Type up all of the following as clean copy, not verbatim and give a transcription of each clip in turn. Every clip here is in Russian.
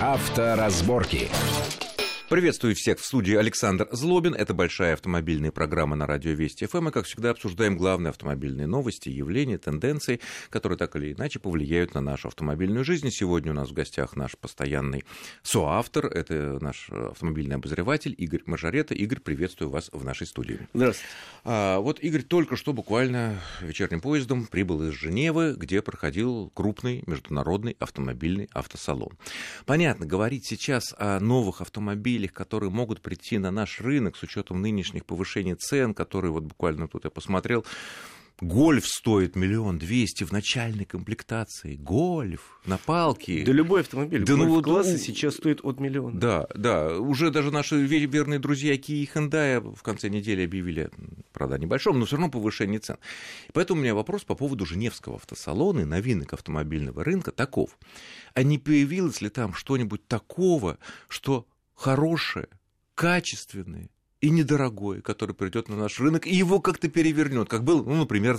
Авторазборки. Приветствую всех в студии Александр Злобин. Это большая автомобильная программа на радио Вести ФМ. Мы, как всегда, обсуждаем главные автомобильные новости, явления, тенденции, которые так или иначе повлияют на нашу автомобильную жизнь. Сегодня у нас в гостях наш постоянный соавтор. Это наш автомобильный обозреватель Игорь Мажорета. Игорь, приветствую вас в нашей студии. Здравствуйте. Вот Игорь только что буквально вечерним поездом прибыл из Женевы, где проходил крупный международный автомобильный автосалон. Понятно, говорить сейчас о новых автомобилях, которые могут прийти на наш рынок с учетом нынешних повышений цен, которые вот буквально тут я посмотрел. Гольф стоит 1 200 000 в начальной комплектации. Гольф на палке. Да любой автомобиль. Да, Гольф-класса сейчас стоит от 1 000 000. Да. Уже даже наши верные друзья Kia и Hyundai в конце недели объявили, правда, небольшом, но все равно повышение цен. Поэтому у меня вопрос по поводу Женевского автосалона и новинок автомобильного рынка таков. А не появилось ли там что-нибудь такого, что хорошее, качественное и недорогое, которое придет на наш рынок, и его как-то перевернет, как был, например,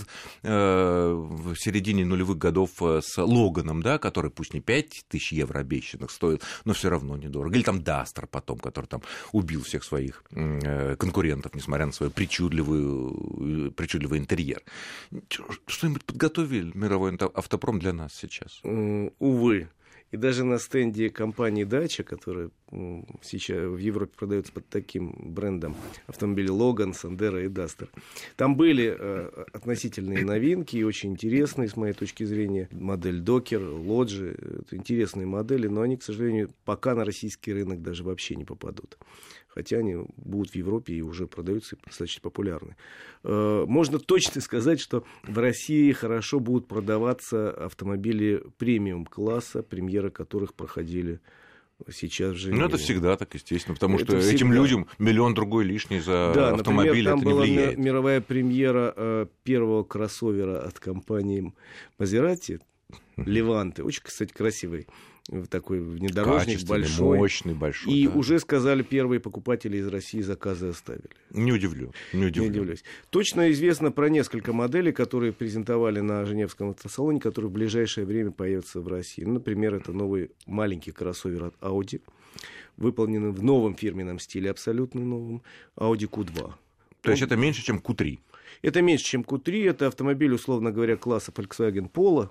в середине нулевых годов с Логаном, да, который пусть не 5000 евро обещанных стоил, но все равно недорого. Или там Дастер потом, который там убил всех своих конкурентов, несмотря на свой причудливый интерьер. Что-нибудь подготовили мировой автопром для нас сейчас? Увы. И даже на стенде компании «Дача», которая сейчас в Европе продается под таким брендом автомобилей «Логан», «Сандеро» и «Дастер», там были относительные новинки и очень интересные, с моей точки зрения, модель «Докер», «Лоджи». Это интересные модели, но они, к сожалению, пока на российский рынок даже вообще не попадут. Хотя они будут в Европе и уже продаются и достаточно популярны. Можно точно сказать, что в России хорошо будут продаваться автомобили премиум-класса, премьеры которых проходили сейчас в Женеве. Ну, это всегда так, естественно, потому что этим людям миллион другой лишний за автомобиль, например, это не влияет. Там была мировая премьера первого кроссовера от компании Maserati, Леванте. Очень, кстати, красивый. Такой внедорожник большой. Мощный, большой. И уже сказали, первые покупатели из России заказы оставили. Не удивлюсь. Точно известно про несколько моделей, которые презентовали на Женевском автосалоне, которые в ближайшее время появятся в России. Например, это новый маленький кроссовер от Audi, выполненный в новом фирменном стиле, абсолютно новом, Audi Q2. То есть это меньше, чем Q3? Это меньше, чем Q3. Это автомобиль, условно говоря, класса Volkswagen Polo.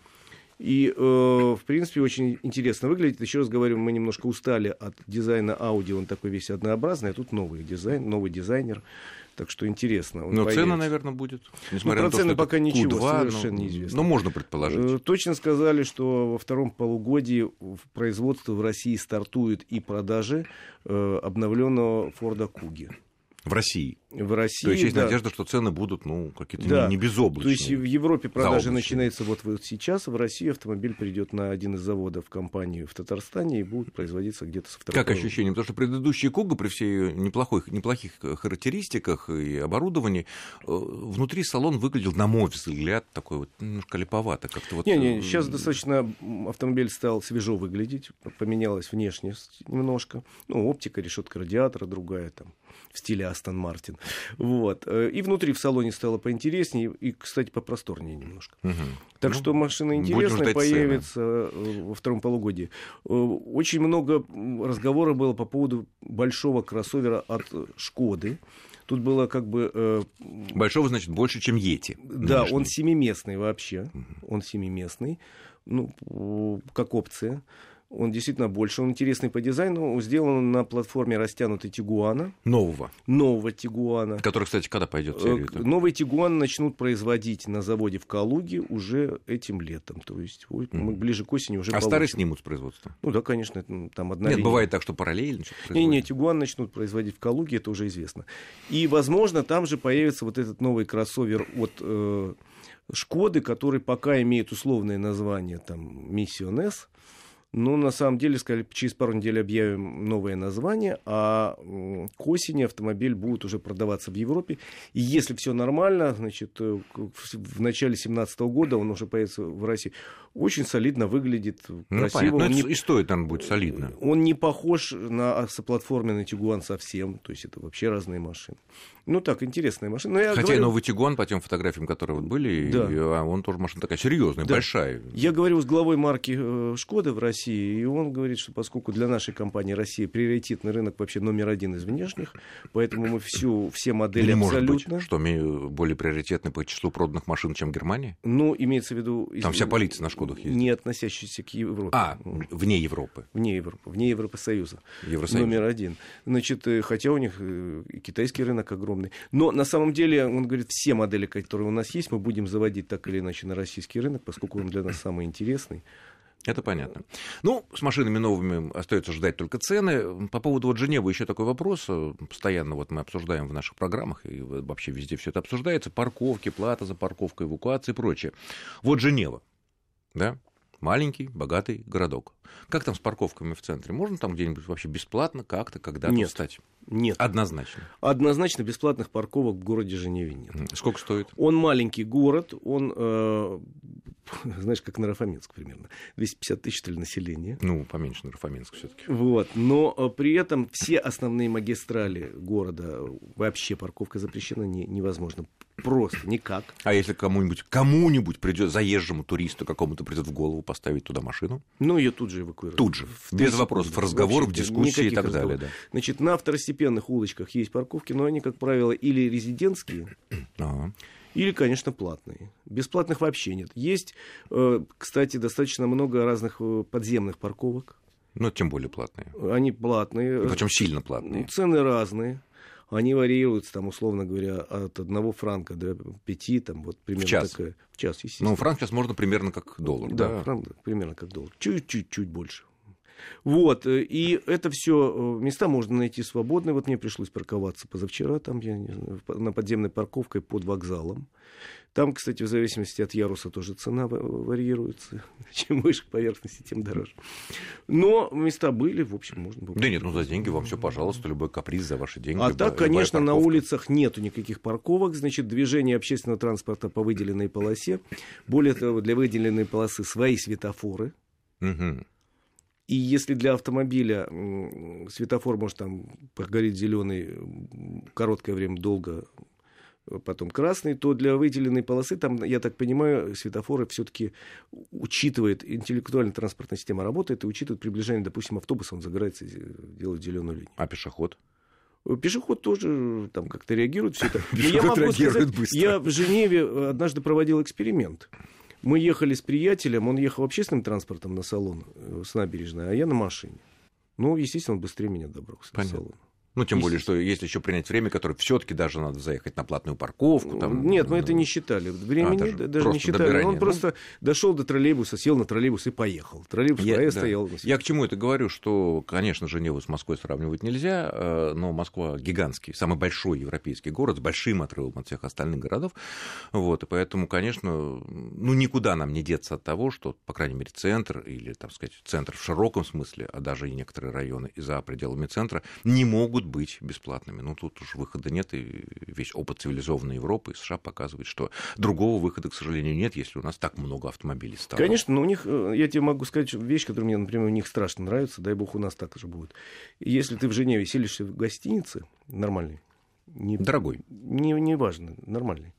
И, в принципе, очень интересно выглядит. Еще раз говорю, мы немножко устали от дизайна Audi. Он такой весь однообразный, а тут новый дизайн, новый дизайнер. Так что интересно. Но цена, наверное, будет. Несмотря на то, цены пока ничего, совершенно неизвестно. Но можно предположить. Точно сказали, что во втором полугодии производство в России стартует и продажи обновленного Форда Куги. В России. В России, то есть есть надежда, что цены будут какие-то не безоблачные. То есть в Европе продажи начинаются вот сейчас, в России автомобиль придет на один из заводов компании в Татарстане и будет производиться где-то со второго. Как ощущение? Потому что предыдущая Куга, при всей неплохих характеристиках и оборудовании, внутри салон выглядел, на мой взгляд, такой вот немножко липовато. Как-то сейчас достаточно автомобиль стал свежо выглядеть, поменялась внешность немножко. Оптика, решетка радиатора другая там, в стиле Астон Мартин. Вот. И внутри в салоне стало поинтереснее и, кстати, попросторнее немножко. Так что машина интересная, появится во втором полугодии. Очень много разговоров было по поводу большого кроссовера от Шкоды. Тут было Большого, значит, больше, чем Йети. Да, он семиместный вообще. Он семиместный. Как опция. Он действительно больше, он интересный по дизайну, сделан на платформе растянутой Тигуана. Нового Тигуана. Который, кстати, когда пойдет в серию? Новый Тигуан начнут производить на заводе в Калуге уже этим летом. То есть мы ближе к осени уже получим. Старый снимут с производства? Да, конечно, там одна линия. Нет, бывает так, что параллельно что-то производят. Нет, Тигуан начнут производить в Калуге, это уже известно. И, возможно, там же появится вот этот новый кроссовер от Шкоды, который пока имеет условное название Mission S. Но на самом деле, сказали, через пару недель объявим новое название, а к осени автомобиль будет уже продаваться в Европе. И если все нормально, значит, в начале 2017 года он уже появится в России. Очень солидно выглядит, красиво. Понятно. И стоит, наверное, будет солидно. Он не похож на соплатформенный Тигуан совсем, то есть это вообще разные машины. Так, интересная машина. Хотя и новый Тигуан, по тем фотографиям, которые были, он тоже машина такая серьезная, большая. Я говорил с главой марки «Шкода» в России. России. И он говорит, что поскольку для нашей компании Россия приоритетный рынок вообще номер один из внешних, поэтому мы все модели не абсолютно... Может быть, что более приоритетны по числу проданных машин, чем Германия? Ну, имеется в виду... Там вся полиция на Шкодах ездит. Не относящиеся к Европе. Вне Европы. Вне Европы-Союза. Евросоюз. Номер один. Значит, хотя у них и китайский рынок огромный. Но на самом деле, он говорит, все модели, которые у нас есть, мы будем заводить так или иначе на российский рынок, поскольку он для нас самый интересный. Это понятно. Ну, с машинами новыми остается ждать только цены. По поводу вот Женевы еще такой вопрос. Постоянно вот мы обсуждаем в наших программах, и вообще везде все это обсуждается. Парковки, плата за парковку, эвакуация и прочее. Вот Женева, да? Маленький, богатый городок. Как там с парковками в центре? Можно там где-нибудь вообще бесплатно как-то когда-то встать? Нет. Однозначно. Однозначно бесплатных парковок в городе Женеве нет. Сколько стоит? Он маленький город, он, знаешь, как Наро-Фоминск примерно. 250 тысяч, что ли, населения. Ну, поменьше Наро-Фоминск все-таки. Вот. Но при этом все основные магистрали города вообще парковка запрещена невозможно. Просто никак. А если кому-нибудь придет, заезжему туристу какому-то придет в голову поставить туда машину? Ну, ее тут же эвакуируют. Тут же, без вопросов, разговоров, дискуссий и так далее. Да. Значит, на второстепенных улочках есть парковки, но они, как правило, или резидентские, или, конечно, платные. Бесплатных вообще нет. Есть, кстати, достаточно много разных подземных парковок. Ну, тем более платные. Они платные. Причем сильно платные. Цены разные. Они варьируются, там, условно говоря, от 1 франка до 5, там, вот примерно в час. такая. В час, естественно. Ну, франк сейчас можно примерно как доллар. Да, франк примерно как доллар. Чуть больше. Вот, и это все места можно найти свободные. Вот мне пришлось парковаться позавчера, там, я не знаю, на подземной парковке под вокзалом. Там, кстати, в зависимости от яруса тоже цена варьируется. Чем выше к поверхности, тем дороже. Но места были, в общем, можно было. Да нет, за деньги вам все, пожалуйста, любой каприз за ваши деньги. А так, конечно, на улицах нету никаких парковок. Значит, движение общественного транспорта по выделенной полосе. Более того, для выделенной полосы свои светофоры. Угу. И если для автомобиля светофор может там погореть зеленый короткое время, долго, потом красный, то для выделенной полосы, там, я так понимаю, светофоры все-таки учитывают, интеллектуальная транспортная система работает и учитывает приближение, допустим, автобуса, он загорается, делает зеленую линию. А пешеход? Пешеход тоже там как-то реагирует. Все это. Пешеход реагирует быстро. Я в Женеве однажды проводил эксперимент. Мы ехали с приятелем, он ехал общественным транспортом на салон с набережной, а я на машине. Ну, естественно, он быстрее меня добрался до салона. Ну, тем более, что если еще принять время, которое все-таки даже надо заехать на платную парковку. Там, нет, мы это не считали. Времени даже не считали. Он просто дошел до троллейбуса, сел на троллейбус и поехал. Троллейбус стоял. Я к чему это говорю, что, конечно, Женеву с Москвой сравнивать нельзя, но Москва гигантский, самый большой европейский город с большим отрывом от всех остальных городов. Вот, и поэтому, конечно, никуда нам не деться от того, что, по крайней мере, центр, или, так сказать, центр в широком смысле, а даже и некоторые районы и за пределами центра, не могут быть бесплатными. Ну, тут уж выхода нет, и весь опыт цивилизованной Европы и США показывает, что другого выхода, к сожалению, нет, если у нас так много автомобилей стало. Конечно, но у них, я тебе могу сказать вещь, которая мне, например, у них страшно нравится, дай бог, у нас так же будет. Если ты в Женеве селишься в гостинице нормальной, дорогой, не важно, нормальный,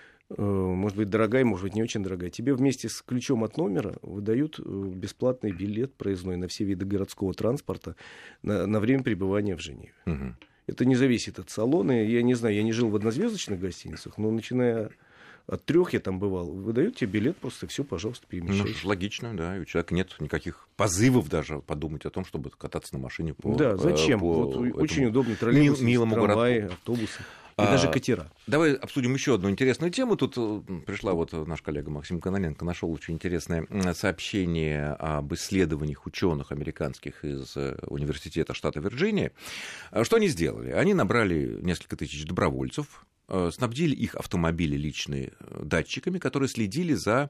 может быть, дорогая, может быть, не очень дорогая, тебе вместе с ключом от номера выдают бесплатный билет проездной на все виды городского транспорта на время пребывания в Женеве. Угу. Это не зависит от салона. Я не знаю, я не жил в однозвездочных гостиницах, но начиная от 3 я там бывал, выдают тебе билет, просто все, пожалуйста, перемещайся. Ну, логично, да, и у человека нет никаких позывов даже подумать о том, чтобы кататься на машине по... Да, зачем? Очень удобно, троллейбусы, трамваи, автобусы. И даже катера. Давай обсудим еще одну интересную тему. Тут пришла вот наш коллега Максим Кононенко, нашел очень интересное сообщение об исследованиях ученых американских из университета штата Вирджиния. Что они сделали? Они набрали несколько тысяч добровольцев, снабдили их автомобили личные датчиками, которые следили за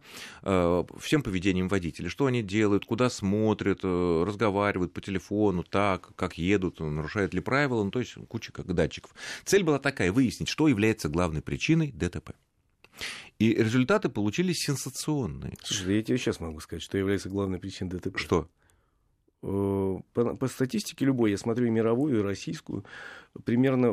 всем поведением водителя. Что они делают, куда смотрят, разговаривают по телефону, так, как едут, нарушают ли правила, то есть куча датчиков. Цель была такая — выяснить, что является главной причиной ДТП. И результаты получились сенсационные. Слушай, я тебе сейчас могу сказать, что является главной причиной ДТП. Что? По статистике любой, я смотрю и мировую, и российскую, примерно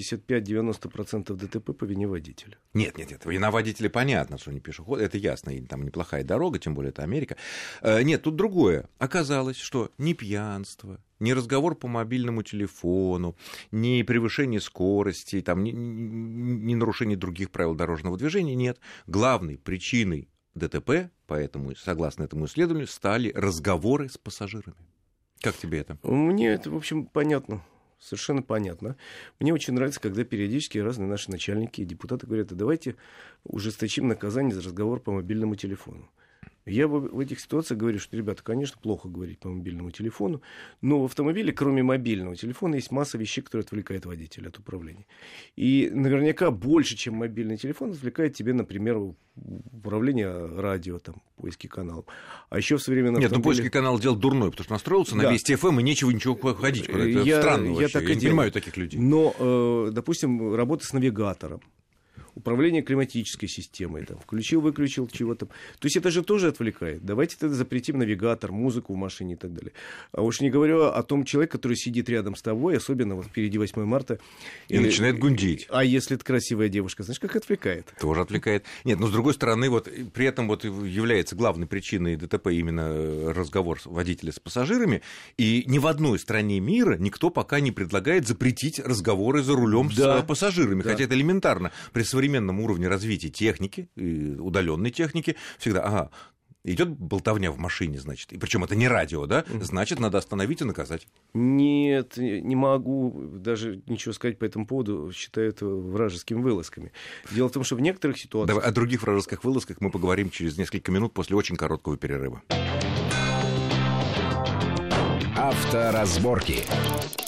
85-90% ДТП по вине водителя. Нет, вина водителя понятно, что они пешеходы, это ясно, и там неплохая дорога, тем более это Америка. Нет, тут другое. Оказалось, что ни пьянство, ни разговор по мобильному телефону, ни превышение скорости, там, ни нарушение других правил дорожного движения нет. Главной причиной ДТП, поэтому, согласно этому исследованию, стали разговоры с пассажирами. Как тебе это? Мне это, в общем, понятно. Совершенно понятно. Мне очень нравится, когда периодически разные наши начальники и депутаты говорят: давайте ужесточим наказание за разговор по мобильному телефону. Я в этих ситуациях говорю, что, ребята, конечно, плохо говорить по мобильному телефону, но в автомобиле, кроме мобильного телефона, есть масса вещей, которые отвлекают водителя от управления. И наверняка больше, чем мобильный телефон, отвлекает тебе, например, управление радио, там, поиски каналов. А еще в современном автомобиле... Нет, поиски канала дело дурное, потому что настроился на Вести ФМ, и ничего ходить. Это странно вообще. Я не понимаю таких людей. Но, допустим, работа с навигатором, управление климатической системой, там, включил-выключил чего-то. То есть это же тоже отвлекает. Давайте тогда запретим навигатор, музыку в машине и так далее. А уж не говорю о том человеке, который сидит рядом с тобой, особенно вот впереди 8 марта. И начинает гундеть. А если это красивая девушка, знаешь, как отвлекает? Тоже отвлекает. Нет, но с другой стороны, вот при этом вот является главной причиной ДТП именно разговор водителя с пассажирами. И ни в одной стране мира никто пока не предлагает запретить разговоры за рулем с пассажирами. Да. Хотя это элементарно. При современном уровне развития техники, удаленной техники, всегда, идет болтовня в машине, значит, и причем это не радио, да, значит, надо остановить и наказать. Нет, не могу даже ничего сказать по этому поводу, считаю это вражескими вылазками. Дело в том, что в некоторых ситуациях... Давай, о других вражеских вылазках мы поговорим через несколько минут после очень короткого перерыва. Авторазборки.